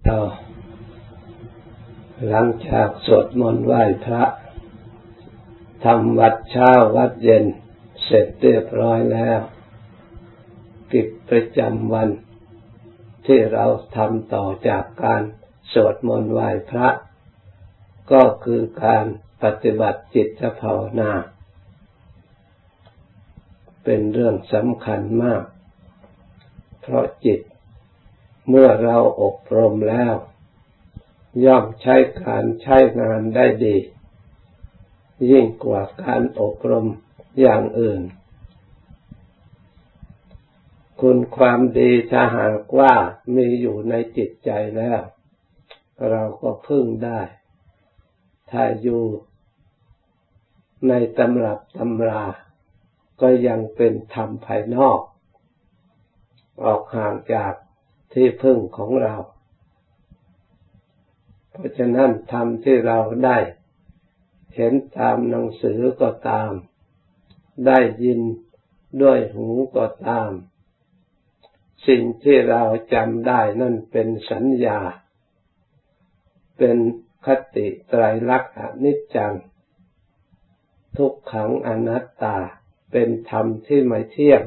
ต่อหลังจากสวดมนต์ไหว้พระทำวัดเช้าวัดเย็นเสร็จเรียบร้อยแล้วกิจประจำวันที่เราทำต่อจากการสวดมนต์ไหว้พระก็คือการปฏิบัติจิตภาวนาเป็นเรื่องสำคัญมากเพราะจิตเมื่อเราอบรมแล้วย่อมใช้การใช้งานได้ดียิ่งกว่าการอบรมอย่างอื่นคุณความดีถ้าหากว่ามีอยู่ในจิตใจแล้วเราก็พึ่งได้ถ้าอยู่ในตำรับตำราก็ยังเป็นธรรมภายนอกออกห่างจากที่พึ่งของเราเพราะฉะนั้นธรรมที่เราได้เห็นตามหนังสือก็ตามได้ยินด้วยหูก็ตามสิ่งที่เราจำได้นั่นเป็นสัญญาเป็นคติไตรลักษณ์อนิจจังทุกขังอนัตตาเป็นธรรมที่ไม่เที่ยง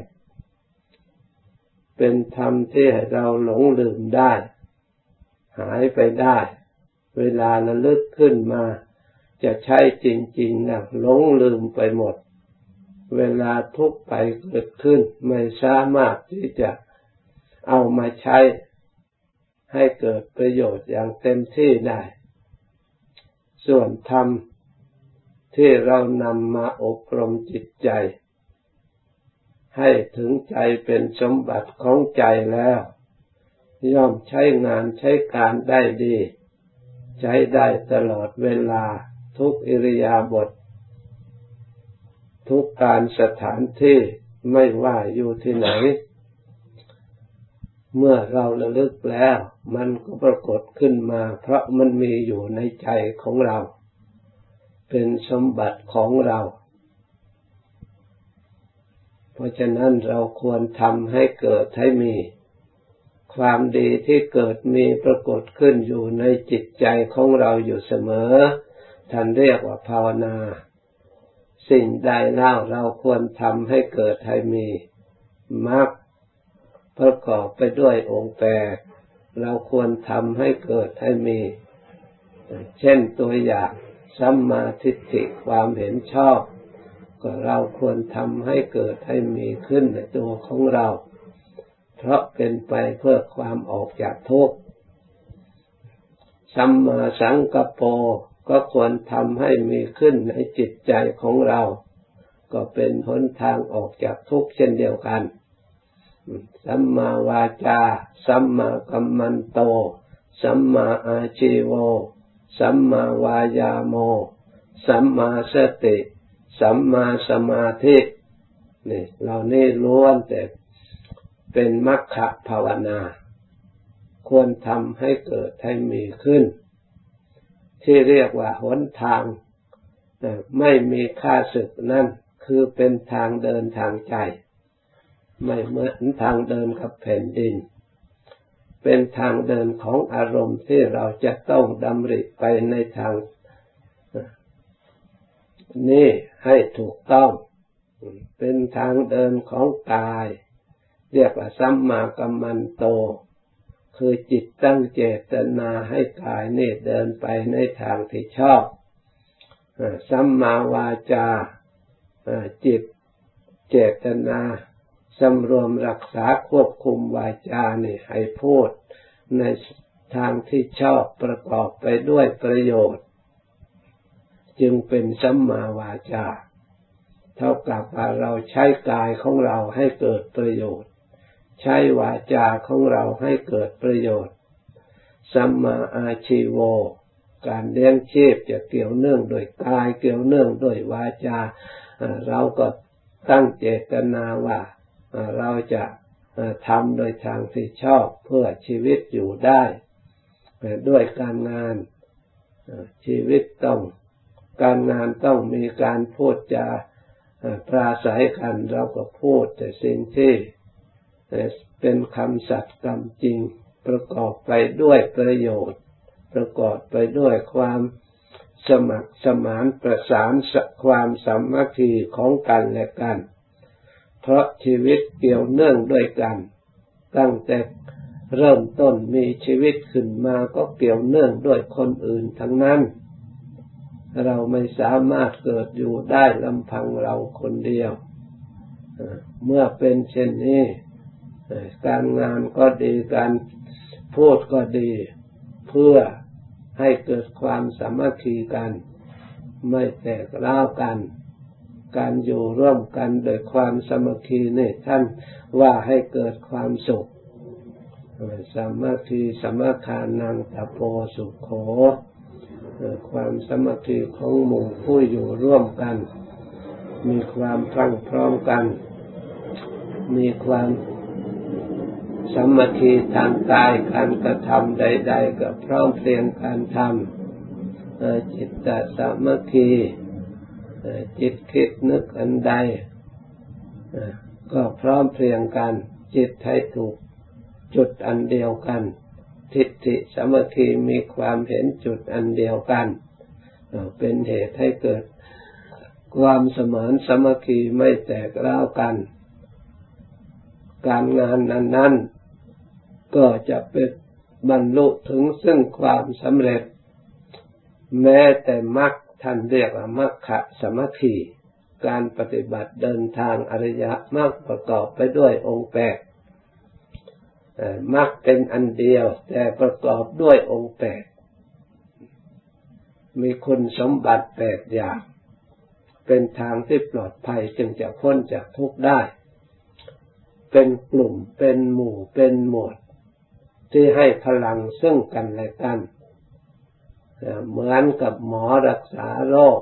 เป็นธรรมที่ให้เราหลงลืมได้หายไปได้เวลาระลึกขึ้นมาจะใช้จริงๆนะหลงลืมไปหมดเวลาทุกข์ไปเกิดขึ้นไม่สามารถที่จะเอามาใช้ให้เกิดประโยชน์อย่างเต็มที่ได้ส่วนธรรมที่เรานำมาอบรมจิตใจให้ถึงใจเป็นสมบัติของใจแล้วย่อมใช้งานใช้การได้ดีใช้ได้ตลอดเวลาทุกอิริยาบถทุกการสถานที่ไม่ว่าอยู่ที่ไหนเมื่อเราระลึกแล้วมันก็ปรากฏขึ้นมาเพราะมันมีอยู่ในใจของเราเป็นสมบัติของเราเพราะฉะนั้นเราควรทำให้เกิดให้มีความดีที่เกิดมีปรากฏขึ้นอยู่ในจิตใจของเราอยู่เสมอท่านเรียกว่าภาวนาสิ่งใดเล่าเราควรทำให้เกิดให้มีมรรคประกอบไปด้วยองค์แปดเราควรทำให้เกิดให้มีเช่นตัวอย่างสัมมาทิฏฐิความเห็นชอบก็เราควรทำให้เกิดให้มีขึ้นในตัวของเราเพราะเป็นไปเพื่อความออกจากทุกข์สัมมาสังกัปโปก็ควรทำให้มีขึ้นในจิตใจของเราก็เป็นหนทางออกจากทุกข์เช่นเดียวกันสัมมาวาจาสัมมากัมมันโตสัมมาอาชีโวสัมมาวายาโมสัมมาสติสัมมาสมาธินี่เหล่านี้ล้วนแต่เป็นมรรคภาวนาควรทำให้เกิดให้มีขึ้นที่เรียกว่าหนทางไม่มีข้าศึกนั่นคือเป็นทางเดินทางใจไม่เหมือนทางเดินกับแผ่นดินเป็นทางเดินของอารมณ์ที่เราจะต้องดำริไปในทางนี้ให้ถูกต้องเป็นทางเดินของกายเรียกว่าสัมมากัมมันโตคือจิตตั้งเจตนาให้กายนี่เดินไปในทางที่ชอบสัมมาวาจาจิตเจตนาสำรวมรักษาควบคุมวาจานี่ให้พูดในทางที่ชอบประกอบไปด้วยประโยชน์จึงเป็นสัมมาวาจาเท่ากับว่าเราใช้กายของเราให้เกิดประโยชน์ใช้วาจาของเราให้เกิดประโยชน์สัมมาอาชีโวการเลี้ยงชีพจะเกี่ยวเนื่องโดยกายเกี่ยวเนื่องโดยวาจาเราก็ตั้งเจตนาว่าเราจะทำโดยทางที่ชอบเพื่อชีวิตอยู่ได้ด้วยการงานชีวิตต้องการงานต้องมีการพูดจาปราศัยกันเราก็พูดแต่สิ่งที่เป็นคำสัตย์คำจริงประกอบไปด้วยประโยชน์ประกอบไปด้วยความสมัครสมานประสานความสามัคคีของกันและกันเพราะชีวิตเกี่ยวเนื่องด้วยกันตั้งแต่เริ่มต้นมีชีวิตขึ้นมาก็เกี่ยวเนื่องด้วยคนอื่นทั้งนั้นเราไม่สามารถเกิดอยู่ได้ลำพังเราคนเดียวเมื่อเป็นเช่นนี้การงานก็ดีการพูดก็ดีเพื่อให้เกิดความสามัคคีกันไม่แตกร้าวกันการอยู่ร่วมกันโดยความสามัคคีนี่ท่านว่าให้เกิดความสุขสามัคคีสมัคคานังตโพสุขโขความสามัคคีของหมู่ผู้อยู่ร่วมกันมีความพรั่งพร้อมกันมีความสามัคคีทางกายการกระทำใดๆก็พร้อมเพรียงการทำจิตตสามัคคีจิตคิดนึกอันใดก็พร้อมเพรียงกันจิตให้ถูกจุดอันเดียวกันทิฏฐิสามัคคีมีความเห็นจุดอันเดียวกันเป็นเหตุให้เกิดความสมานสามัคคีไม่แตกร้าวกันการงานนั้นๆก็จะเป็นบรรลุถึงซึ่งความสำเร็จแม้แต่มรรคท่านเรียกว่ามรรคสามัคคีการปฏิบัติเดินทางอริยมรรคประกอบไปด้วยองค์แปดมรรคเป็นอันเดียวแต่ประกอบด้วยองค์แปดมีคุณสมบัติแปดอย่างเป็นทางที่ปลอดภัยจึงจะพ้นจากทุกข์ได้เป็นกลุ่มเป็นหมู่เป็นหมวดที่ให้พลังซึ่งกันและกันเหมือนกับหมอรักษาโรค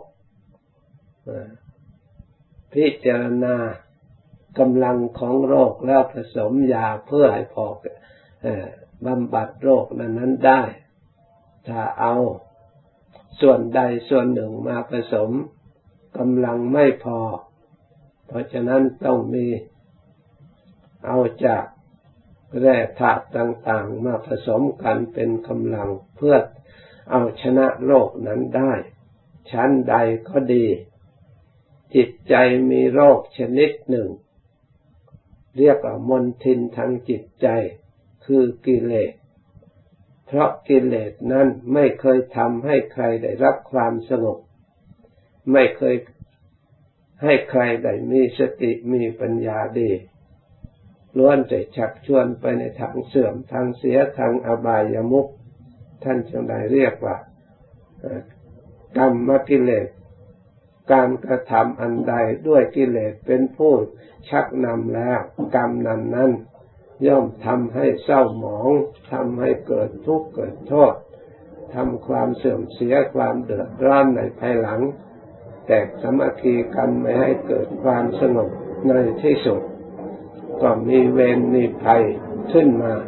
พิจารณากำลังของโรคแล้วผสมยาเพื่อให้พอบำบัดโรคนั้นได้ถ้าเอาส่วนใดส่วนหนึ่งมาผสมกำลังไม่พอเพราะฉะนั้นต้องมีเอาจากแร่ธาตุต่างๆมาผสมกันเป็นกำลังเพื่อเอาชนะโรคนั้นได้ชั้นใดก็ดีจิตใจมีโรคชนิดหนึ่งเรียกว่ามลทินทางจิตใจคือกิเลสเพราะกิเลสนั้นไม่เคยทำให้ใครได้รับความสงบไม่เคยให้ใครได้มีสติมีปัญญาดีล้วนแต่ชักชวนไปในทางเสื่อมทางเสียทางอบายมุขท่านจึงได้เรียกว่ากรรมกิเลสการกระทำอันใดด้วยกิเลสเป็นผู้ชักนำแล้วกรรมนั้นย่อมทำให้เศร้าหมองทำให้เกิดทุกข์เกิดโทษทำความเสื่อมเสียความเดือดร้อนในภายหลังแตกสามัคคีกันไม่ให้เกิดความสงบในที่สุดก็มีเวรมีภัยขึ้นมา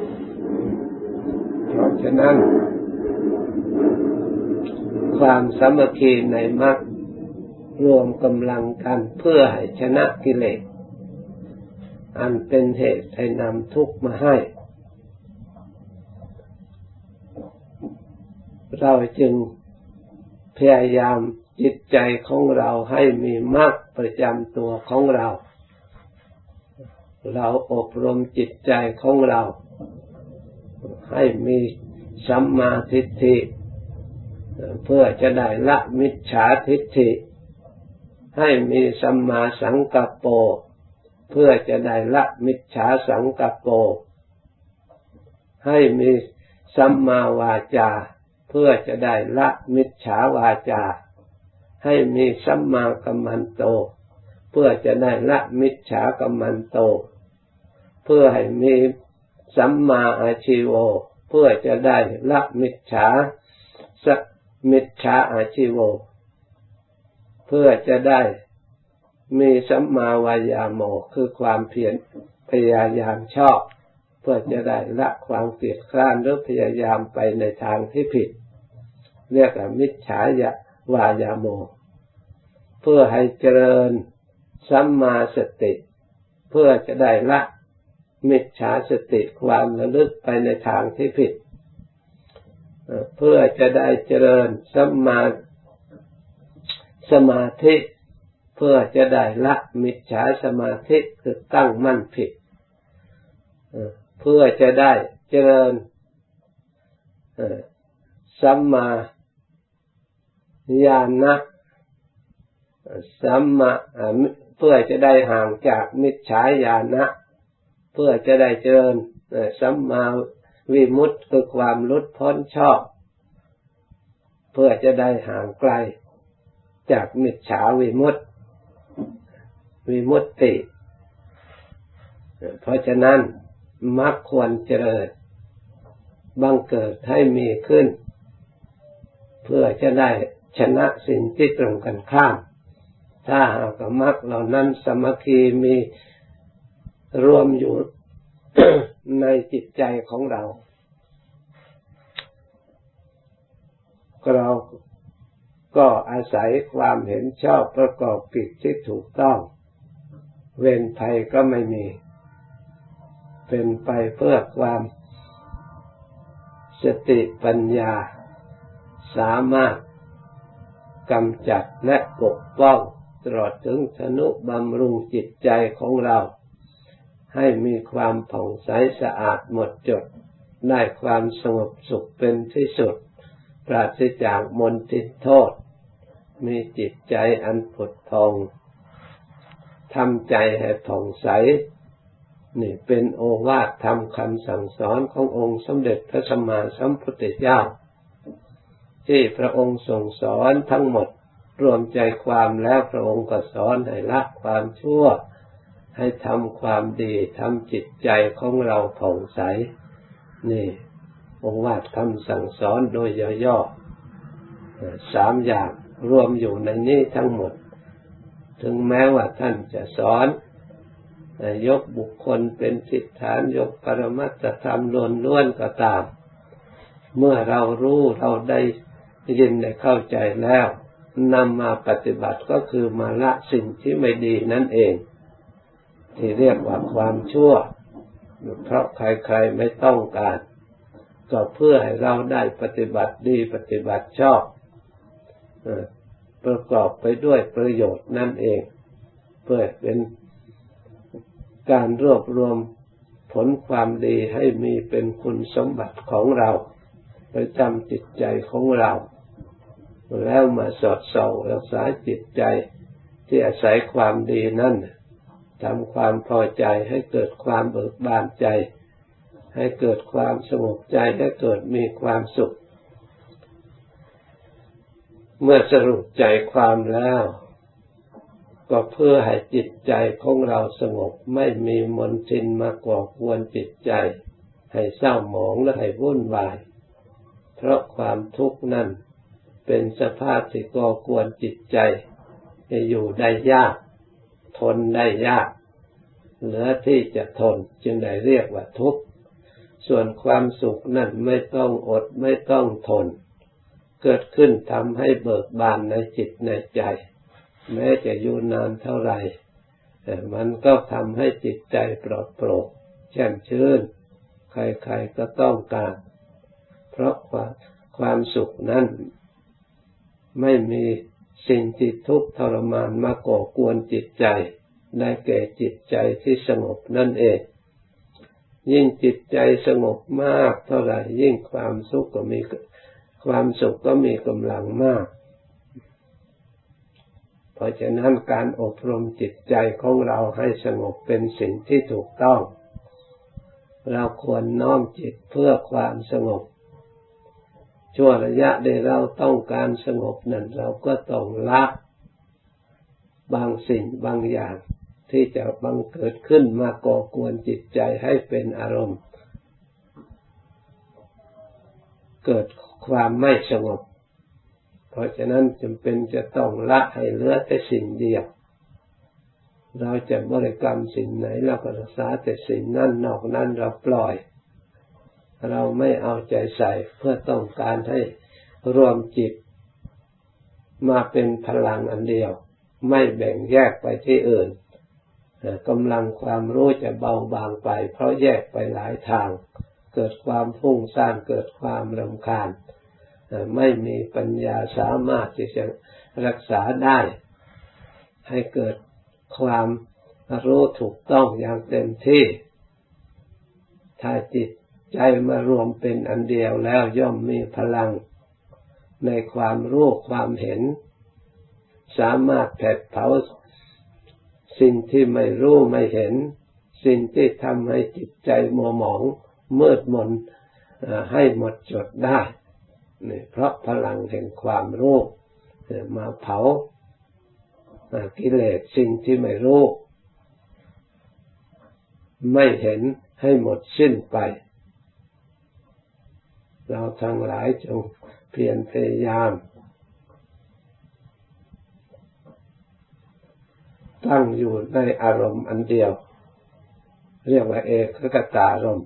เพราะฉะนั้นความสามัคคีในมรรครวมกำลังกันเพื่อให้ชนะกิเลสอันเป็นเหตุให้นำทุกข์มาให้เราจึงพยายามจิตใจของเราให้มีมรรคประจำตัวของเราอบรมจิตใจของเราให้มีสัมมาทิฏฐิเพื่อจะได้ละมิจฉาทิฏฐิให้มีสัมมาสังกัปโปเพื่อจะได้ละมิจฉาสังกัปโปให้มีสัมมาวาจาเพื่อจะได้ละมิจฉาวาจาให้มีสัมมากัมมันโตเพื่อจะได้ละมิจฉากัมมันโตเพื่อให้มีสัมมาอาชีโวเพื่อจะได้ละมิจฉาอาชีโวเพื่อจะได้มีสัมมาวายาโมคือความเพียรพยายามชอบเพื่อจะได้ละความเกียจคร้านหรือพยายามไปในทางที่ผิดเรียกว่ามิจฉาวายาโมเพื่อให้เจริญสัมมาสติเพื่อจะได้ละมิจฉาสติความระลึกไปในทางที่ผิดเพื่อจะได้เจริญสัมมาสมาธิเพื่อจะได้ละมิจฉาสมาธิคือตั้งมั่นผิดเพื่อจะได้เจริญสัมมาญาณสัมมาเพื่อจะได้ห่างจากมิจฉาญาณเพื่อจะได้เจริญสัมมาวิมุตติคือความหลุดพ้นชอบเพื่อจะได้ห่างไกลจากมิจฉาวิมุตติเพราะฉะนั้นมรรคควรเจริญบังเกิดให้มีขึ้นเพื่อจะได้ชนะสิ่งที่ตรงกันข้ามถ้าหากมรรคเหล่านั้นสามัคคีมีรวมอยู่ ในจิตใจของเราก็อาศัยความเห็นชอบประกอบกิจที่ถูกต้องเวรภัยก็ไม่มีเป็นไปเพื่อความสติปัญญาสามารถกำจัดและปกป้องตลอดถึงทนุบำรุงจิตใจของเราให้มีความผ่องใสสะอาดหมดจดได้ความสงบสุขเป็นที่สุดปราศจากมลทินโทษมีจิตใจอันผุดพองทำใจให้ผ่องใสนี่เป็นโอวาทธรรมคำสั่งสอนขององค์สมเด็จพระสัมมาสัมพุทธเจ้าที่พระองค์ทรงสอนทั้งหมดรวมใจความแล้วพระองค์ก็สอนให้ละความชั่วให้ทำความดีทำจิตใจของเราผ่องใสนี่โอวาทคำสั่งสอนโดยย่อๆ3อย่างรวมอยู่ในนี้ทั้งหมดถึงแม้ว่าท่านจะสอนยกบุคคลเป็นทิฏฐานยกปรมัตถธรรมล้วนๆก็ตามเมื่อเรารู้เราได้ยินได้เข้าใจแล้วนำมาปฏิบัติก็คือมาละสิ่งที่ไม่ดีนั่นเองที่เรียกว่าความชั่วเพราะใครๆไม่ต้องการก็เพื่อให้เราได้ปฏิบัติดีปฏิบัติชอบประกอบไปด้วยประโยชน์นั่นเองเพื่อเป็นการรวบรวมผลความดีให้มีเป็นคุณสมบัติของเราประจำจิตใจของเราแล้วมาสอดส่องรักษาจิตใจที่อาศัยความดีนั้นทำความพอใจให้เกิดความเบิกบานใจให้เกิดความสงบใจให้เกิดมีความสุขเมื่อสรุปใจความแล้วก็เพื่อให้จิตใจของเราสงบไม่มีมลทินมาก่อกวนจิตใจให้เศร้าหมองและให้วุ่นวายเพราะความทุกข์นั้นเป็นสภาพที่ก่อกวนจิตใจให้อยู่ได้ยากทนได้ยากเหลือที่จะทนจึงได้เรียกว่าทุกข์ส่วนความสุขนั้นไม่ต้องอดไม่ต้องทนเกิดขึ้นทำให้เบิกบานในจิตในใจแม้จะอยู่นานเท่าไหร่แต่มันก็ทำให้จิตใจปลอดโปร่งแช่มชื่นใครๆก็ต้องการเพราะความสุขนั้นไม่มีสิ่งที่ทุกข์ทรมานมาก่อกวนจิตใจได้แก่จิตใจที่สงบนั่นเองยิ่งจิตใจสงบมากเท่าไหร่ยิ่งความสุขก็มีกำลังมากเพราะฉะนั้นการอบรมจิตใจของเราให้สงบเป็นสิ่งที่ถูกต้องเราควรน้อมจิตเพื่อความสงบชั่วระยะใดเราต้องการสงบนั้นเราก็ต้องละบางสิ่งบางอย่างที่จะบังเกิดขึ้นมาก่อกวนจิตใจให้เป็นอารมณ์เกิดความไม่สงบเพราะฉะนั้นจำเป็นจะต้องละให้เหลือแต่สิ่งเดียวเราจะบริกรรมสิ่งไหนเราก็รักษาแต่สิ่งนั้นนอกนั้นเราปล่อยเราไม่เอาใจใส่เพื่อต้องการให้รวมจิตมาเป็นพลังอันเดียวไม่แบ่งแยกไปที่อื่นกำลังความรู้จะเบาบางไปเพราะแยกไปหลายทางเกิดความฟุ้งซ่านเกิดความรำคาญไม่มีปัญญาสามารถที่จะรักษาได้ให้เกิดความรู้ถูกต้องอย่างเต็มที่ถ้าจิตใจมารวมเป็นอันเดียวแล้วย่อมมีพลังในความรู้ความเห็นสามารถแผดเผาสิ่งที่ไม่รู้ไม่เห็นสิ่งที่ทำให้จิตใจมัวหมองมืดมนให้หมดจดได้นี่เพราะพลังแห่งความรู้มาเผากิเลสสิ่งที่ไม่รู้ไม่เห็นให้หมดสิ้นไปเราทั้งหลายจงเพียรพยายามตั้งอยู่ในอารมณ์อันเดียวเรียกว่าเอกคตารมณ์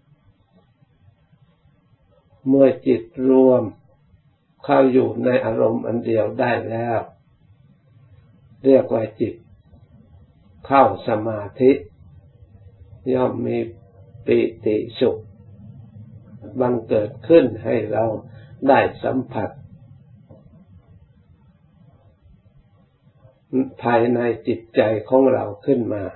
เมื่อจิตรวมเข้าอยู่ในอารมณ์อันเดียวได้แล้วเรียกว่าจิตเข้าสมาธิย่อมมีปิติสุขบังเกิดขึ้นให้เราได้สัมผัสภายในจิตใจของเราขึ้นมา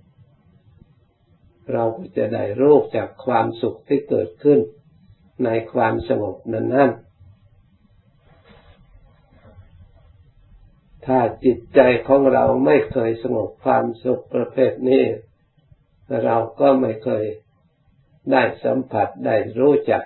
เราก็จะได้รู้จากความสุขที่เกิดขึ้นในความสงบนั้นถ้าจิตใจของเราไม่เคยสงบความสุขประเภทนี้เราก็ไม่เคยได้สัมผัสได้รู้จัก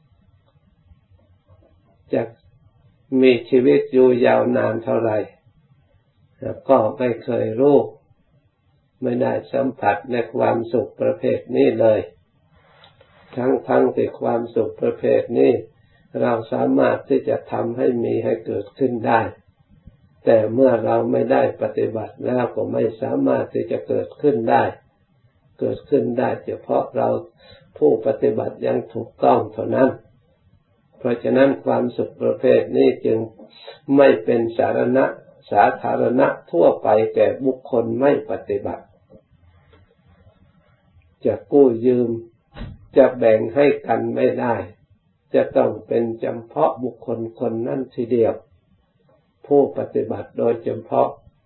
จะมีชีวิตอยู่ยาวนานเท่าไหร่ก็ไม่เคยรู้ไม่ได้สัมผัสในความสุขประเภทนี้เลยทั้งที่ความสุขประเภทนี้เราสามารถที่จะทำให้มีให้เกิดขึ้นได้แต่เมื่อเราไม่ได้ปฏิบัติแล้วก็ไม่สามารถที่จะเกิดขึ้นได้เกิดขึ้นได้เฉพาะเราผู้ปฏิบัติอย่างถูกต้องเท่านั้นเพราะฉะนั้นความสุขประเภทนี้จึงไม่เป็นสาธารณะทั่วไปแก่บุคคลไม่ปฏิบัติจะกู้ยืมจะแบ่งให้กันไม่ได้จะต้องเป็นเฉพาะบุคคลคนนั้นทีเดียวผู้ปฏิบัติโดยเฉพาะ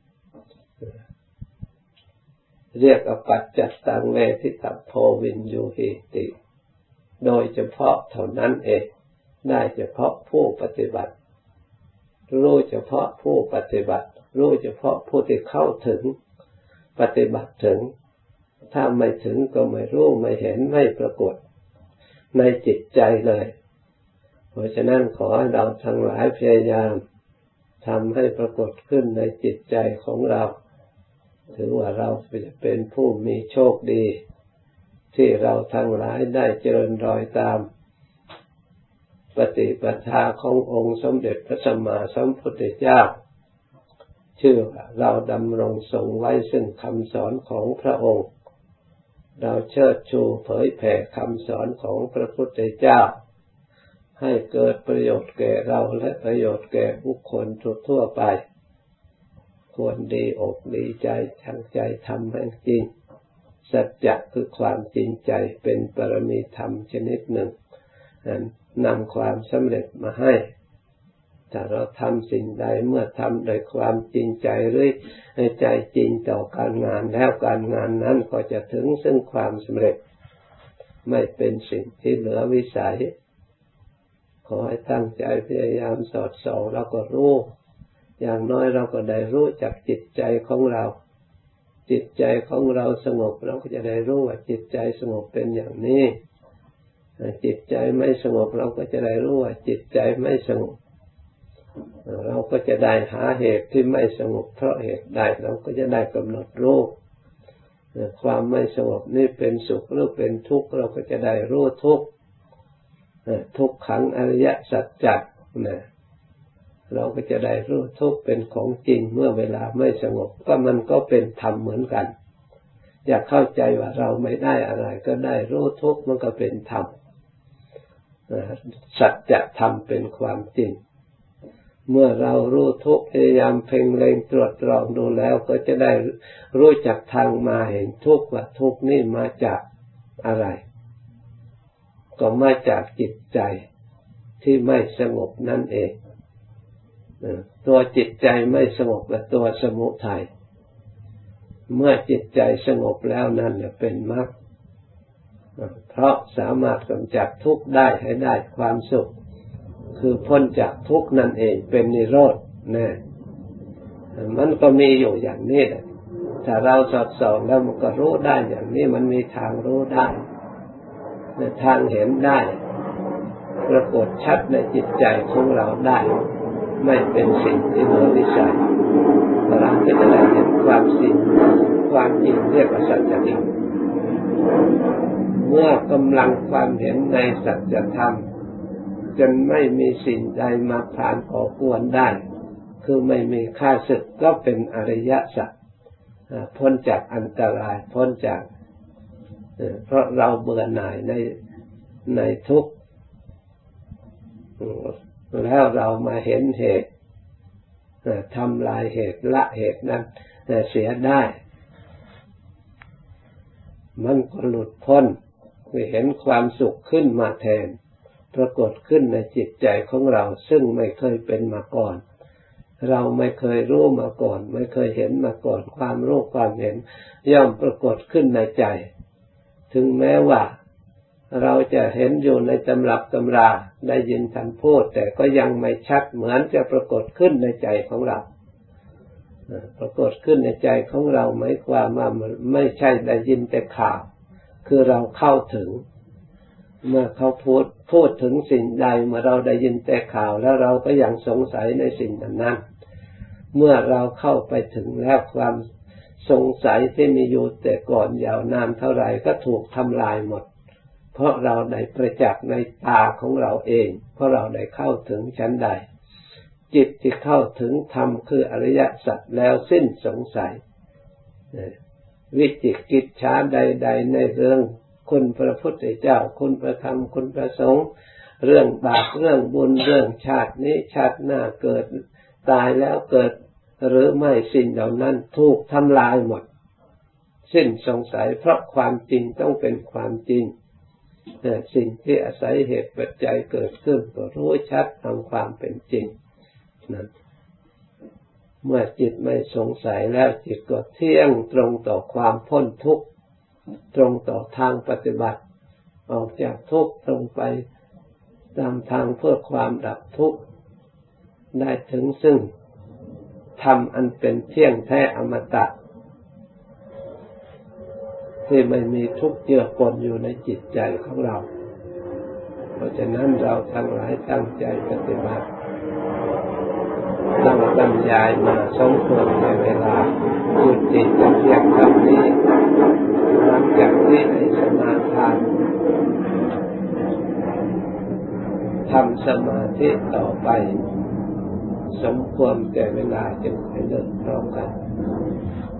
เรียกอปัจจัตตังเวทิตัพโพวินยูหิติโดยเฉพาะเท่านั้นเองได้เฉพาะผู้ปฏิบัติรู้เฉพาะผู้ปฏิบัติรู้เฉพาะผู้ที่เข้าถึงปฏิบัติถึงถ้าไม่ถึงก็ไม่รู้ไม่เห็นไม่ปรากฏในจิตใจเลยเพราะฉะนั้นขอให้เราทั้งหลายพยายามทำให้ปรากฏขึ้นในจิตใจของเราถือว่าเราจะเป็นผู้มีโชคดีที่เราทั้งหลายได้เจริญรอยตามปฏิปทาขององค์สมเด็จพระสัมมาสัมพุทธเจ้าชื่อว่าเราดำรงทรงไว้ซึ่งคำสอนของพระองค์เราเชิดชูเผยแผ่คำสอนของพระพุทธเจ้าให้เกิดประโยชน์แก่เราและประโยชน์แก่บุคคลทั่วไปควรดีอกดีใจทั้งใจทำให้จริงสัจจะคือความจริงใจเป็นปรมีธรรมชนิดหนึ่งนำความสำเร็จมาให้ถ้าเราทำสิ่งใดเมื่อทำโดยความจริงใจหรือใจจริงต่อการงานแล้วการงานนั้นก็จะถึงซึ่งความสำเร็จไม่เป็นสิ่งที่เหลือวิสัยขอให้ตั้งใจพยายามสอดส่องเราก็รู้อย่างน้อยเราก็ได้รู้จักจิตใจของเราจิตใจของเราสงบเราก็จะได้รู้ว่าจิตใจสงบเป็นอย่างนี้จิตใจไม่สงบเราก็จะได้รู้ว่าจิตใจไม่สงบเราก็จะได้หาเหตุที่ไม่สงบเพราะเหตุใดเราก็จะได้กำหนดรู้ความไม่สงบนี่เป็นสุขหรือเป็นทุกข์เราก็จะได้รู้ทุกข์ทุกขังอริยสัจจนะเราก็จะได้รู้ทุกข์เป็นของจริงเมื่อเวลาไม่สงบก็มันก็เป็นธรรมเหมือนกันอยากเข้าใจว่าเราไม่ได้อะไรก็ได้รู้ทุกข์มันก็เป็นธรรมสัจธรรมเป็นความจริงเมื่อเรารู้ทุกข์พยายามเพ่งเล็งตรวจตรองดูแล้วก็จะได้รู้จักทางมาเห็นทุกข์ว่าทุกข์นี่มาจากอะไรก็มาจากจิตใจที่ไม่สงบนั่นเองตัวจิตใจไม่สงบและตัวสมุทัยเมื่อจิตใจสงบแล้วนั่นแหละเป็นมรรคเพราะสามารถกำจัดทุกข์ได้ให้ได้ความสุขคือพ้นจากทุกข์นั่นเองเป็นนิโรธนะมันก็มีอยู่อย่างนี้แหละถ้าเราสอดส่องแล้วมันก็รู้ได้อย่างนี้มันมีทางรู้ได้ทางเห็นได้ปรากฏชัดในจิตใจของเราได้ไม่เป็นสิ่งที่เหนือวิสัยเราก็จะได้เห็นความจริงเรียกว่าสัจธรรมเมื่อกำลังความเห็นในสัจธรรมจนไม่มีสิ่งใดมาผ่านก่อกวนได้คือไม่มีข้าศึกก็เป็นอริยสัจพ้นจากอันตรายพ้นจากเพราะเราเบื่อหน่ายในทุกข์แล้วเรามาเห็นเหตุทำลายเหตุละเหตุนั้นเสียได้มันก็หลุดพ้นเห็นความสุขขึ้นมาแทนปรากฏขึ้นในจิตใจของเราซึ่งไม่เคยเป็นมาก่อนเราไม่เคยรู้มาก่อนไม่เคยเห็นมาก่อนความรู้ความเห็นย่อมปรากฏขึ้นในใจถึงแม้ว่าเราจะเห็นอยู่ในตำรับตำราได้ยินท่านพูดแต่ก็ยังไม่ชัดเหมือนจะปรากฏขึ้นในใจของเราปรากฏขึ้นในใจของเราหมายความว่าไม่ใช่ได้ยินแต่ข่าวคือเราเข้าถึงเมื่อเขาพูดถึงสิ่งใดเมื่อเราได้ยินแต่ข่าวแล้วเราก็ยังสงสัยในสิ่งนั้นเมื่อเราเข้าไปถึงแล้วความสงสัยที่มีอยู่แต่ก่อนยาวนานเท่าไหร่ก็ถูกทำลายหมดเพราะเราได้ประจักษ์ในตาของเราเองเพราะเราได้เข้าถึงชั้นใดจิตที่เข้าถึงธรรมคืออริยสัจแล้วสิ้นสงสัยวิจิกิจฉาใดๆในเรื่องคุณพระพุทธเจ้าคุณพระธรรมคุณพระสงฆ์เรื่องบาปเรื่องบุญเรื่องชาตินี้ชาติหน้าเกิดตายแล้วเกิดหรือไม่สิ่งเหล่านั้นถูกทำลายหมดสิ้นสงสัยเพราะความจริงต้องเป็นความจริงสิ่งที่อาศัยเหตุปัจจัยเกิดขึ้นก็รู้ชัดตามความเป็นจริงนั้นเมื่อจิตไม่สงสัยแล้วจิตก็เที่ยงตรงต่อความพ้นทุกข์ตรงต่อทางปฏิบัติออกจากทุกข์ตรงไปตามทางเพื่อความดับทุกข์ได้ถึงซึ่งธรรมอันเป็นเที่ยงแท้อมตะที่ไม่มีทุกข์เจือปนอยู่ในจิตใจของเราเพราะฉะนั้นเราทั้งหลายตั้งใจปฏิบัติตั้งบรรยายมาสมควรในเวลายุติแต่เพียงเท่านี้หลังจากที่ได้สมาทานทำสมาธิต่อไปสมควรแก่เวลาจึงให้เลิกพร้อมกัน